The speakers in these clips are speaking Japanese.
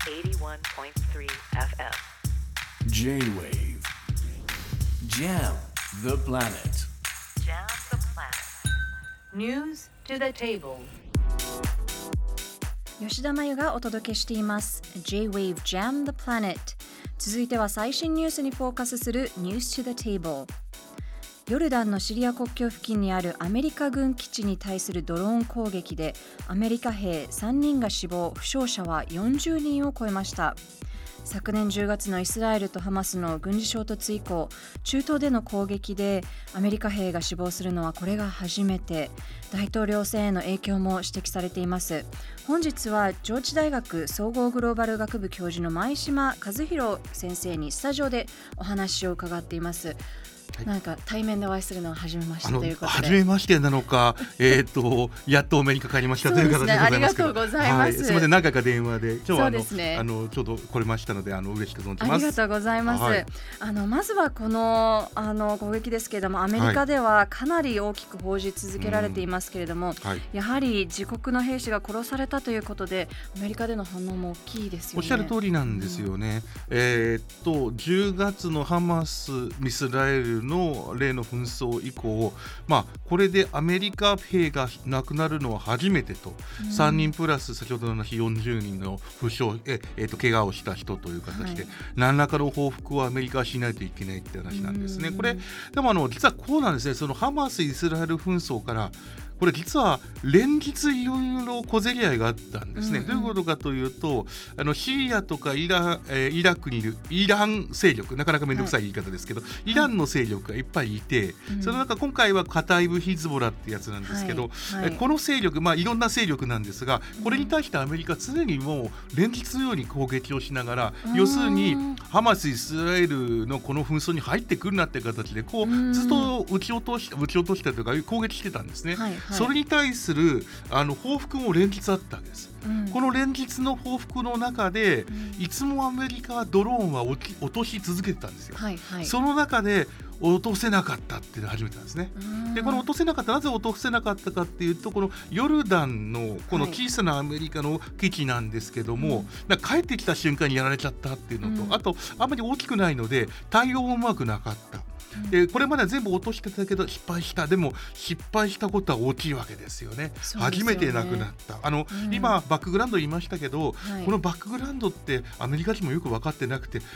81.3 FM J-Wave Jam the planet Jam the planet News to the table 吉田真由がお届けしています J-Wave Jam the Planet。 続いては最新ニュースにフォーカスする News to the Table。 ヨルダンのシリア国境付近にあるアメリカ軍基地に対するドローン攻撃でアメリカ兵3人が死亡、負傷者は40人を超えました。昨年10月のイスラエルとハマスの軍事衝突以降、中東での攻撃でアメリカ兵が死亡するのはこれが初めて、大統領選への影響も指摘されています。本日は上智大学総合グローバル学部教授の前島和弘先生にスタジオでお話を伺っています。なんか対面でお会いするのは初めましてということで、 初めましてなのか、やっとお目にかかりましたという形でございますけど、 ありがとうございます。 すみません、何回か電話で今日はそうですね、 ちょうど来れましたので嬉しく存じます。 ありがとうございます。 はい、 まずはこの、攻撃ですけれども、アメリカではかなり大きく報じ続けられていますけれども、やはり自国の兵士が殺されたということでアメリカでの反応も大きいですよね。 おっしゃる通りなんですよね。10月のハマス・イスラエルの例の紛争以降、これでアメリカ兵が亡くなるのは初めてと、3人プラス先ほどの話40人の負傷、怪我をした人という形で、何らかの報復をアメリカはしないといけないって話なんですね。これでも実はこうなんですね。そのハマス・イスラエル紛争からこれ実は連日いろいろ小競り合いがあったんですね。どういうことかというと、シリアとかイラクにいるイラン勢力、なかなかめんどくさい言い方ですけど、イランの勢力がいっぱいいて、その中今回はカタイブ・ヒズボラってやつなんですけど、この勢力、いろんな勢力なんですが、これに対してアメリカ常にもう連日のように攻撃をしながら、要するにハマス・イスラエルのこの紛争に入ってくるなって形でこうずっと撃ち落としたというか攻撃してたんですね。それに対する報復も連日あったわけです。この連日の報復の中で、いつもアメリカはドローンは落とし続けてたんですよ。その中で落とせなかったっていうのが初めてなんですね。でこの落とせなかった、なぜ落とせなかったかっていうと、このヨルダンのこの小さなアメリカの基地なんですけども、帰ってきた瞬間にやられちゃったっていうのと、あとあんまり大きくないので対応もうまくなかった。でこれまでは全部落としてたけど失敗した。でも失敗したことは大きいわけですよね。初めて亡くなった。今バックグラウンド言いましたけど、このバックグラウンドってアメリカ人もよく分かってなくて、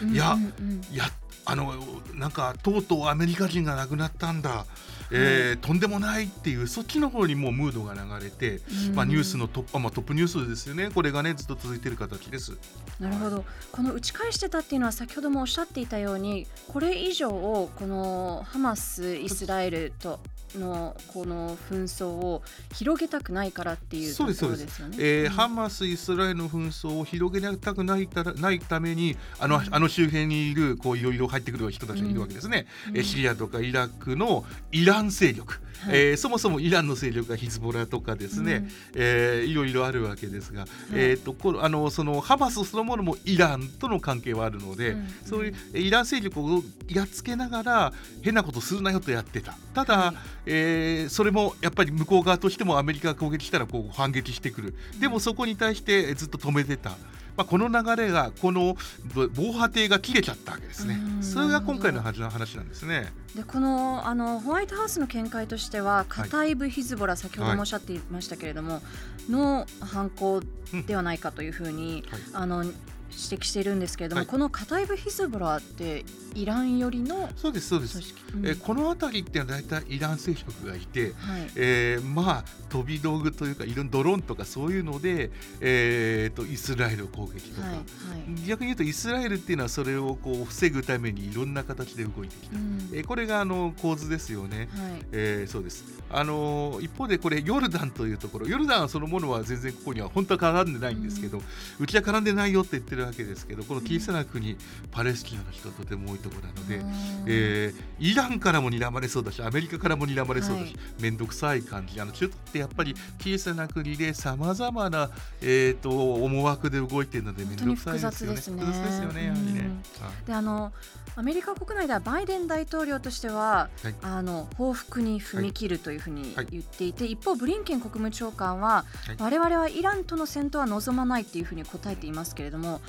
なんかとうとうアメリカ人が亡くなったんだ、とんでもないっていう、そっちの方にもうムードが流れて、ニュースのトップニュースですよね。これがねずっと続いている形です。 なるほど。この打ち返してたっていうのは先ほどもおっしゃっていたように、これ以上このハマス・イスラエルとのこの紛争を広げたくないからっていうところですよね。 ハマス・イスラエルの紛争を広げたくないために周辺にいるこういろいろ入ってくる人たちがいるわけですね。シリアとかイラクのイラン勢力、そもそもイランの勢力がヒズボラとかですね、いろいろあるわけですが、そのハマスそのものもイランとの関係はあるので、そういうイラン勢力をやっつけながら変なことするなよとやってた。ただ、それもやっぱり向こう側としてもアメリカが攻撃したらこう反撃してくる。でもそこに対してずっと止めてた。この流れがこの防波堤が切れちゃったわけですね。それが今回の話なんですね。 でこのホワイトハウスの見解としては、カタイブ・ヒズボラ、先ほどもおっしゃっていましたけれども、の犯行ではないかというふうに、指摘しているんですけれども、このカタイブ・ヒズボラってイラン寄りのそうです、この辺りってのは大体イラン勢力がいて、飛び道具というかいろんなドローンとかそういうので、イスラエルを攻撃とか、逆に言うとイスラエルっていうのはそれをこう防ぐためにいろんな形で動いてきた、これが構図ですよね。そうです。一方でこれヨルダンというところ、ヨルダンそのものは全然ここには本当は絡んでないんですけど、うちは絡んでないよって言ってるわけですけど、この小さな国、パレスチナの人とても多いところなので、イランからも睨まれそうだし、アメリカからも睨まれそうだし、めんどくさい感じ。中東ってやっぱり小さな国でさまざまな、思惑で動いているのでめんどくさいですよね。複雑ですよね、やはりね。 でアメリカ国内ではバイデン大統領としては、報復に踏み切るというふうに言っていて、一方ブリンケン国務長官は、我々はイランとの戦闘は望まないというふうに答えていますけれども、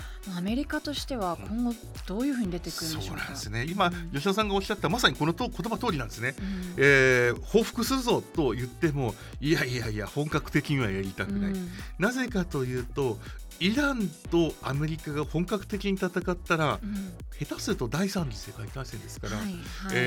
アメリカとしては今後どういうふうに出てくるんでしょうか。 そうなんですね。今、吉田さんがおっしゃったまさにこの言葉通りなんですね。報復するぞと言ってもいや本格的にはやりたくない、なぜかというとイランとアメリカが本格的に戦ったら、下手すると第三次世界大戦ですから、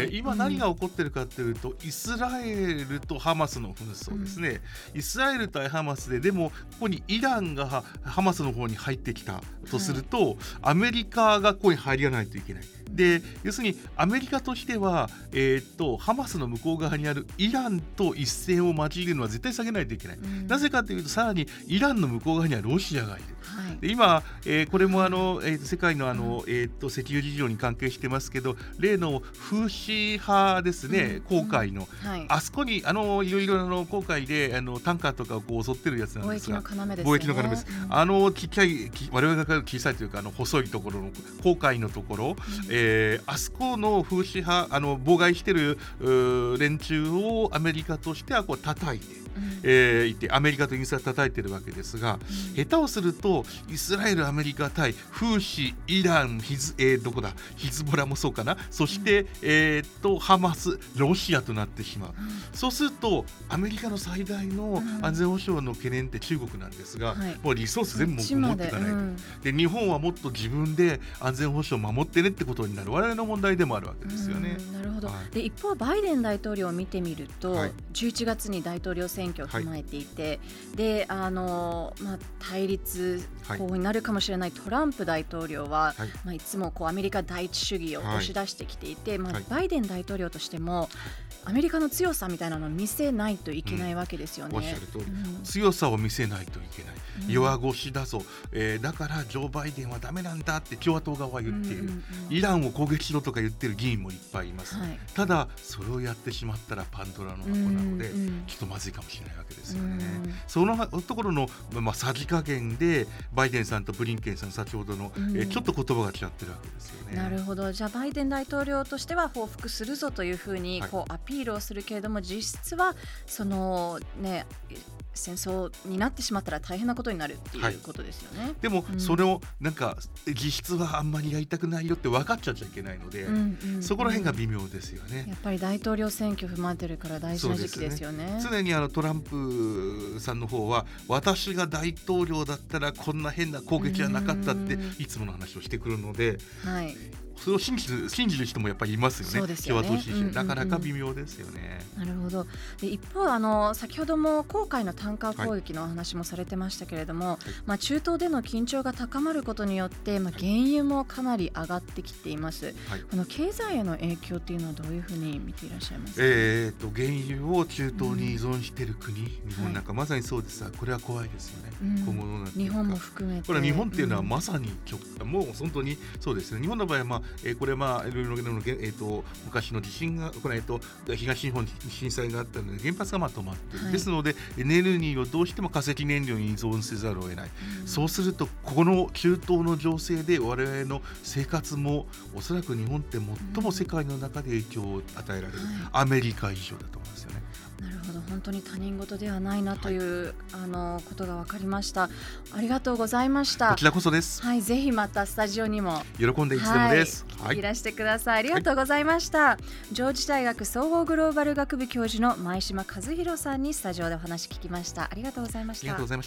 今何が起こってるかというと、イスラエルとハマスの紛争ですね、イスラエル対ハマスでもここにイランがハマスの方に入ってきたとすると、アメリカがここに入らないといけない。で要するにアメリカとしては、ハマスの向こう側にあるイランと一線を交えるのは絶対下げないといけない、なぜかというとさらにイランの向こう側にはロシアがいる、で今、これも世界の石油事情に関係してますけど、例のフーシ派ですね、紅海の、あそこにいろいろ紅海でタンカーとかをこう襲ってるやつなんですが、貿易の要です、ちっちゃい我々が小さいというか細いところの紅海のところ、あそこのフーシ派妨害してる連中をアメリカとしてはこう叩いて、いてアメリカとイギリスが叩いてるわけですが、下手をするとイスラエル、アメリカ対フーシ、イラン、ヒズボラもそうかな、そして、ハマス、ロシアとなってしまう、そうするとアメリカの最大の安全保障の懸念って中国なんですが、もうリソース全部持っていかないと、で日本はもっと自分で安全保障を守ってねってことになる我々の問題でもあるわけですよね。 なるほど、で一方バイデン大統領を見てみると、11月に大統領選挙を踏まえていて、で対立候補になるかもしれないトランプ大統領は、いつもこうアメリカ第一主義を押し出してきていて、バイデン大統領としてもアメリカの強さみたいなのを見せないといけないわけですよね。 おっしゃる通り、強さを見せないといけない、弱腰だぞ、だからジョー・バイデンはダメなんだって共和党側は言っている、イランを攻撃しろとか言ってる議員もいっぱいいます、ただそれをやってしまったらパンドラの箱なので、ちょっとまずいかもしれないわけですよね。そのところの、さじ加減でバイデンさんとブリンケンさん先ほどの、ちょっと言葉が違ってるわけですよね。 なるほど、じゃあバイデン大統領としては報復するぞというふうにこうアピールをするけれども、実質はそのね戦争になってしまったら大変なことになるっていうことですよね。 でもそれをなんか実質はあんまりやりたくないよって分かっちゃいけないので、そこら辺が微妙ですよね。 やっぱり大統領選挙踏まえてるから大事な時期ですよね。 常にトランプさんの方は私が大統領だったらこんな変な攻撃はなかったっていつもの話をしてくるので、それを信じる人もやっぱりいますよね。 そうですよね。 共和党支持者なかなか微妙ですよね。 なるほど。で一方先ほども紅海のタンカー攻撃のお話もされてましたけれども、中東での緊張が高まることによって、原油もかなり上がってきています、この経済への影響っていうのはどういうふうに見ていらっしゃいますか。 原油を中東に依存している国、日本なんかまさにそうですが、これは怖いですよね、今後どうなっていくか。 日本も含めて、 これは日本っていうのはまさにもう本当にそうですね。日本の場合はこれいろいろ昔の地震が東日本震災があったので原発が止まっている、ですのでエネルギーをどうしても化石燃料に依存せざるを得ない、そうするとこの中東の情勢で我々の生活もおそらく日本って最も世界の中で影響を与えられる、アメリカ以上だと思いますよね。 なるほど、本当に他人事ではないなという、ことが分かりました。ありがとうございました。 こちらこそです。 ぜひまたスタジオにも喜んでいつでもです。 いらしてください。ありがとうございました。上智大学総合グローバル学部教授の前島和弘さんにスタジオでお話聞きました。ありがとうございました。 ありがとうございました。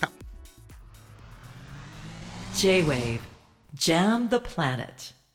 J-Wave Jam the Planet